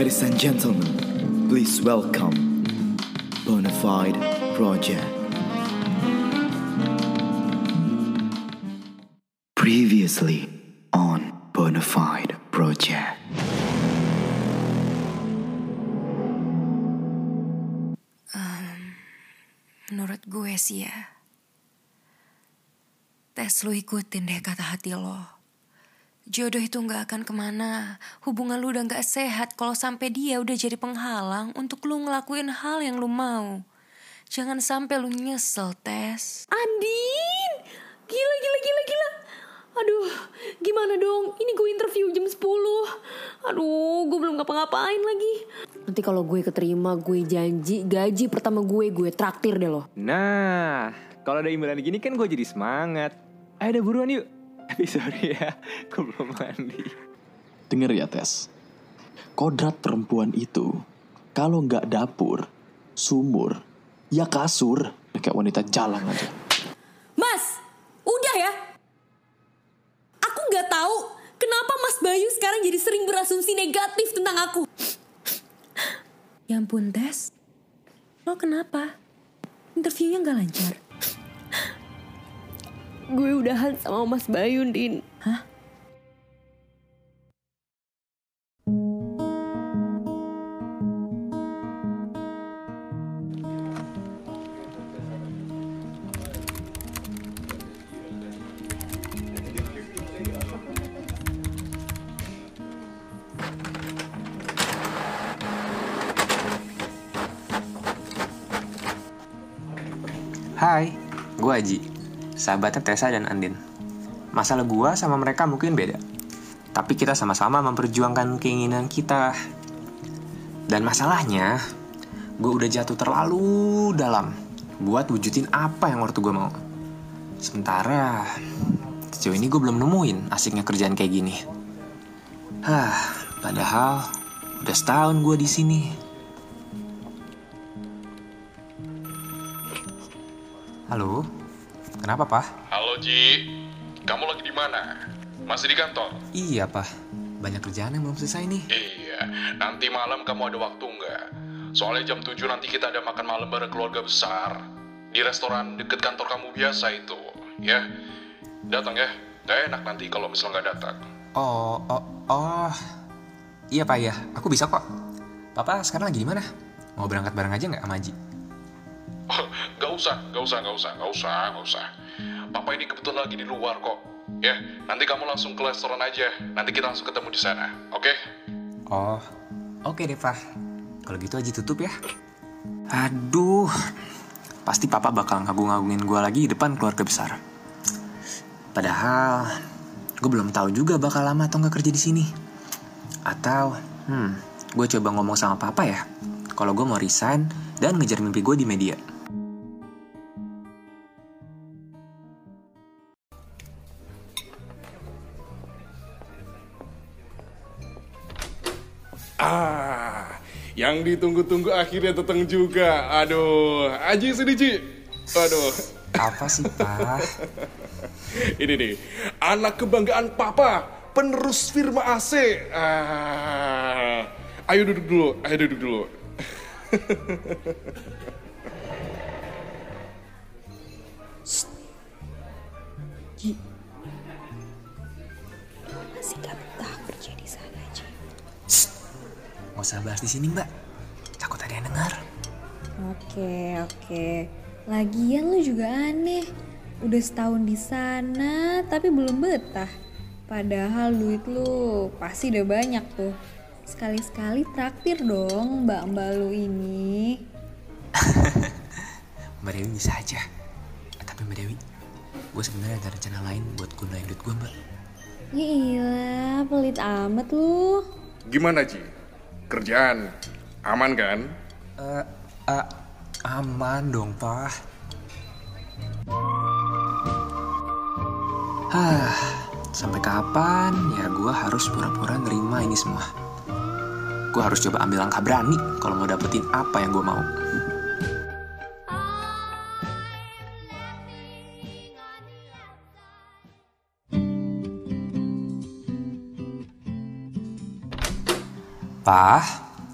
Ladies and gentlemen, please welcome Bonafide Project. Previously on Bonafide Project. Menurut gue sih ya, tes lu ikutin deh kata hati lo. Jodoh itu gak akan kemana. Hubungan lu udah gak sehat kalau sampai dia udah jadi penghalang untuk lu ngelakuin hal yang lu mau. Jangan sampai lu nyesel, Tes. Andin, gila. Aduh, gimana dong? Ini gue interview jam 10. Aduh, gue belum ngapa-ngapain lagi. Nanti kalau gue keterima, gue janji gaji pertama gue traktir deh lo. Nah, kalau ada imbalan gini kan gue jadi semangat. Ayo udah buruan yuk. Tapi sorry ya, gue belum mandi. Dengar ya Tes, kodrat perempuan itu kalau nggak dapur, sumur, ya kasur. Kayak wanita jalan aja. Mas, udah ya. Aku nggak tahu kenapa Mas Bayu sekarang jadi sering berasumsi negatif tentang aku. Ya ampun, Tes. Lo kenapa? Interviewnya gak lancar? Gue udahan sama Mas Bayu, Din. Hah? Hai, gue Aji, sahabatnya Tessa dan Andin. Masalah gue sama mereka mungkin beda, tapi kita sama-sama memperjuangkan keinginan kita. Dan masalahnya, gue udah jatuh terlalu dalam buat wujudin apa yang ortu gue mau. Sementara sejauh ini gue belum nemuin asiknya kerjaan kayak gini. Padahal udah setahun gue di sini. Halo, kenapa, Pak? Halo, Ji. Kamu lagi di mana? Masih di kantor? Iya, Pak. Banyak kerjaan yang belum selesai nih. Iya, nanti malam kamu ada waktu nggak? Soalnya jam 7 nanti kita ada makan malam bareng keluarga besar. Di restoran deket kantor kamu biasa itu, ya. Datang ya, gak enak nanti kalau misalnya nggak datang. Oh. Iya, Pak, ya. Aku bisa kok. Papa sekarang lagi di mana? Mau berangkat bareng aja nggak sama Haji? Gak usah. Papa ini kebetulan lagi di luar kok. Ya, nanti kamu langsung ke restoran aja. Nanti kita langsung ketemu di sana, oke? Oh, oke deh, Pak. Kalau gitu Haji tutup ya. Aduh, pasti Papa bakal ngagung-ngagungin gue lagi di depan keluarga besar. Padahal gue belum tahu juga bakal lama atau nggak kerja di sini. Atau, gue coba ngomong sama Papa ya. Kalau gue mau resign dan ngejar mimpi gue di media. Yang ditunggu-tunggu akhirnya datang juga. Aduh, Aji sedih, Ji. Aduh. Apa sih, Pak? Ini nih, anak kebanggaan Papa, penerus firma AC. Ayo duduk dulu. Ji, masih gak betah kerja di sana, Ji. Nggak usah bahas di sini, Mbak. Takut ada yang dengar. Oke. Lagian lu juga aneh. Udah setahun di sana tapi belum betah. Padahal duit lu pasti udah banyak tuh. Sekali-sekali traktir dong mbak-mbak lu ini. Mbak Dewi bisa aja. Tapi Mbak Dewi, gue sebenarnya ada rencana lain buat gunain duit gue, Mbak. Ya iyalah, pelit amat lu. Gimana, Ji? Kerjaan aman kan? Aman dong, Pak. Sampai kapan ya gue harus pura-pura nerima ini semua? Gue harus coba ambil langkah berani kalau mau dapetin apa yang gue mau. Pak,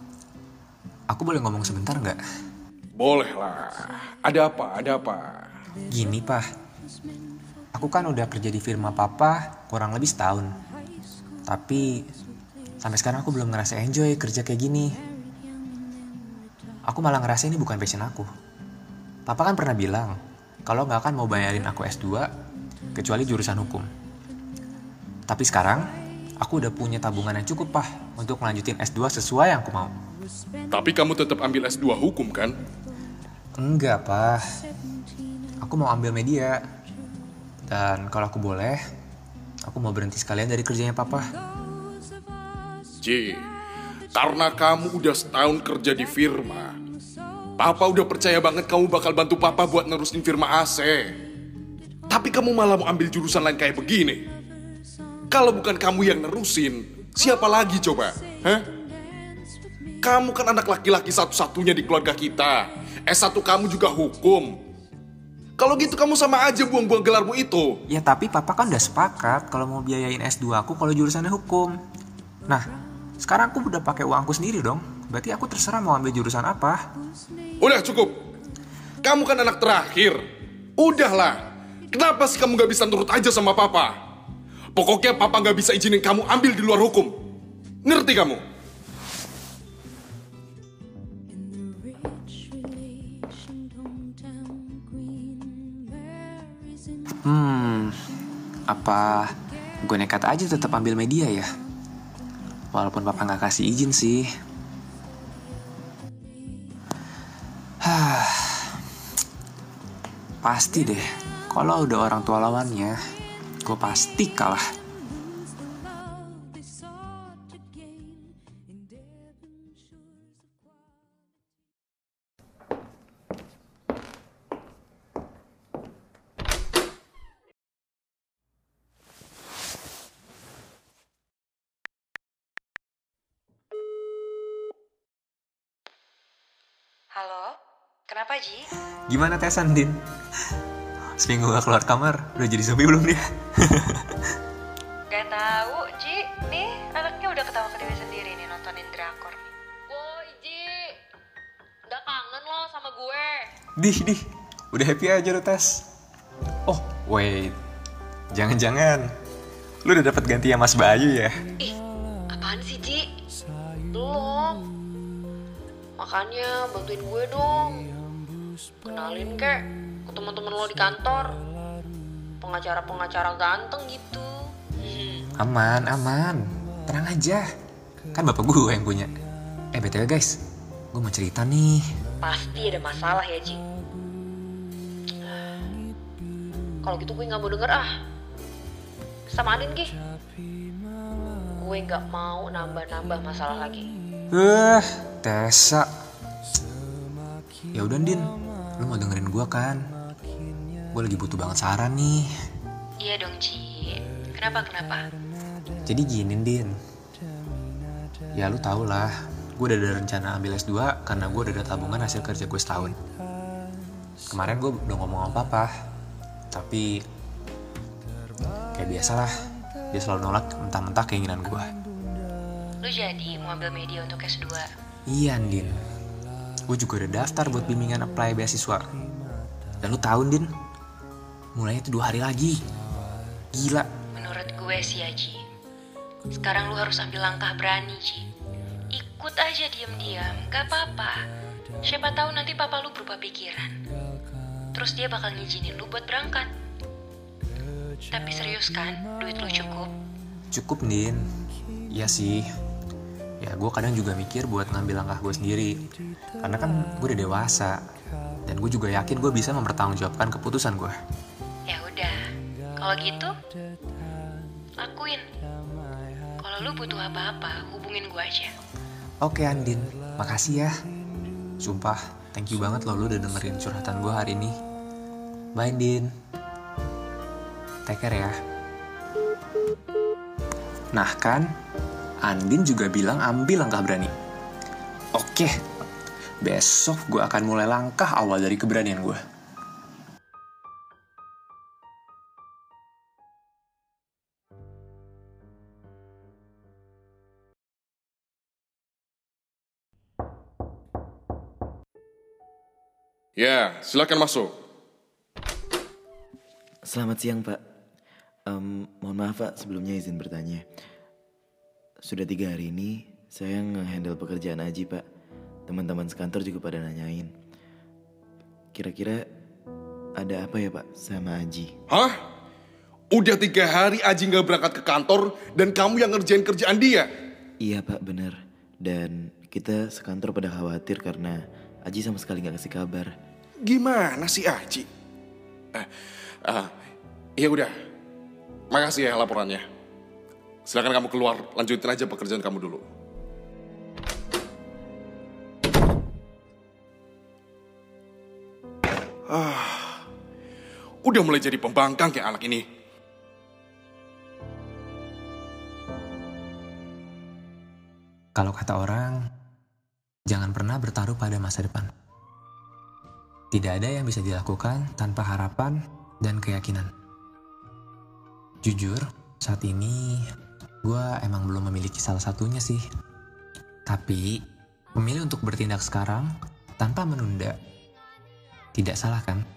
aku boleh ngomong sebentar nggak? Boleh lah. Ada apa? Ada apa? Gini, Pak. Aku kan udah kerja di firma Papa kurang lebih setahun. Tapi sampai sekarang aku belum ngerasa enjoy kerja kayak gini. Aku malah ngerasa ini bukan passion aku. Papa kan pernah bilang kalau nggak akan mau bayarin aku S2 kecuali jurusan hukum. Tapi sekarang aku udah punya tabungan yang cukup, Pak, untuk melanjutin S2 sesuai yang aku mau. Tapi kamu tetap ambil S2 hukum kan? Enggak, Pak. Aku mau ambil media. Dan kalau aku boleh, aku mau berhenti sekalian dari kerjanya Papa. Ji, karena kamu udah setahun kerja di firma, Papa udah percaya banget kamu bakal bantu Papa buat nerusin firma AC. Tapi kamu malah mau ambil jurusan lain kayak begini. Kalau bukan kamu yang nerusin, siapa lagi coba? Hah? Kamu kan anak laki-laki satu-satunya di keluarga kita. S1 kamu juga hukum. Kalau gitu kamu sama aja buang-buang gelarmu itu. Ya tapi Papa kan udah sepakat kalau mau biayain S2 aku kalau jurusannya hukum. Nah, sekarang aku udah pakai uangku sendiri dong. Berarti aku terserah mau ambil jurusan apa. Udah cukup. Kamu kan anak terakhir. Udahlah. Kenapa sih kamu gak bisa nurut aja sama Papa? Pokoknya Papa gak bisa izinin kamu ambil di luar hukum. Ngerti kamu? Apa gue nekat aja tetap ambil media ya? Walaupun Papa gak kasih izin sih. Pasti deh, kalau udah orang tua lawannya, gue pasti kalah. Halo, kenapa Ji? Gimana Tess, Andin? Seminggu gak keluar kamar, udah jadi zombie belum dia? Gak tahu Ji, nih anaknya udah ketawa ke diri sendiri nih nontonin drakor nih. Woi Ji, udah kangen lo sama gue. Dih, udah happy aja lo Tess. Oh, wait. Jangan-jangan lu udah dapet gantinya Mas Bayu ya? Ih, apaan sih Ji? Belum. Makanya bantuin gue dong. Kenalin kek ke teman-teman lo di kantor. Pengacara-pengacara ganteng gitu. Aman. Tenang aja. Kan bapak gue yang punya. BTW guys, gue mau cerita nih. Pasti ada masalah ya Ji. Kalau gitu gue gak mau denger ah. Sama Andin Ki. Gue gak mau nambah-nambah masalah lagi. Tessa. Ya udah Din, lu mau dengerin gue kan? Gue lagi butuh banget saran nih. Iya dong Ji, kenapa? Jadi gini Din. Ya lu tau lah, gue udah ada rencana ambil S2 karena gue udah ada tabungan hasil kerja gue setahun. Kemarin gue udah ngomong sama Papa, tapi kayak biasalah, dia selalu nolak mentah-mentah keinginan gue. Lu jadi mau ambil media untuk S2? Iya Din, gue juga udah daftar buat bimbingan apply beasiswa. Dan lu tahu Din, mulainya itu 2 hari lagi. Gila. Menurut gue sih ya Ji, sekarang lu harus ambil langkah berani Ji. Ikut aja diam-diam, gak apa-apa. Siapa tahu nanti papa lu berubah pikiran. Terus dia bakal ngizinin lu buat berangkat. Tapi serius kan, duit lu cukup? Cukup Din. Iya sih. Ya gue kadang juga mikir buat ngambil langkah gue sendiri. Karena kan gue udah dewasa. Dan gue juga yakin gue bisa mempertanggungjawabkan keputusan gue. Ya udah, kalau gitu lakuin. Kalau lu butuh apa-apa, hubungin gue aja. Oke Andin, makasih ya. Sumpah, thank you banget lo, lu udah dengerin curhatan gue hari ini. Bye Andin. Take care ya. Nah kan, Andin juga bilang ambil langkah berani. Oke, besok gue akan mulai langkah awal dari keberanian gue. Ya, silakan masuk. Selamat siang, Pak. Mohon maaf, Pak, sebelumnya izin bertanya. Sudah 3 hari ini saya nge-handle pekerjaan Aji, Pak. Teman-teman sekantor juga pada nanyain. Kira-kira ada apa ya, Pak, sama Aji? Hah? Udah 3 hari Aji nggak berangkat ke kantor dan kamu yang ngerjain kerjaan dia? Iya, Pak, bener. Dan kita sekantor pada khawatir karena Aji sama sekali nggak kasih kabar. Gimana sih Aji? Ya udah. Makasih ya laporannya. Silakan kamu keluar, lanjutin aja pekerjaan kamu dulu. Udah mulai jadi pembangkang kayak anak ini. Kalau kata orang, jangan pernah bertaruh pada masa depan. Tidak ada yang bisa dilakukan tanpa harapan dan keyakinan. Jujur, saat ini gue emang belum memiliki salah satunya sih. Tapi, memilih untuk bertindak sekarang tanpa menunda, tidak salah kan?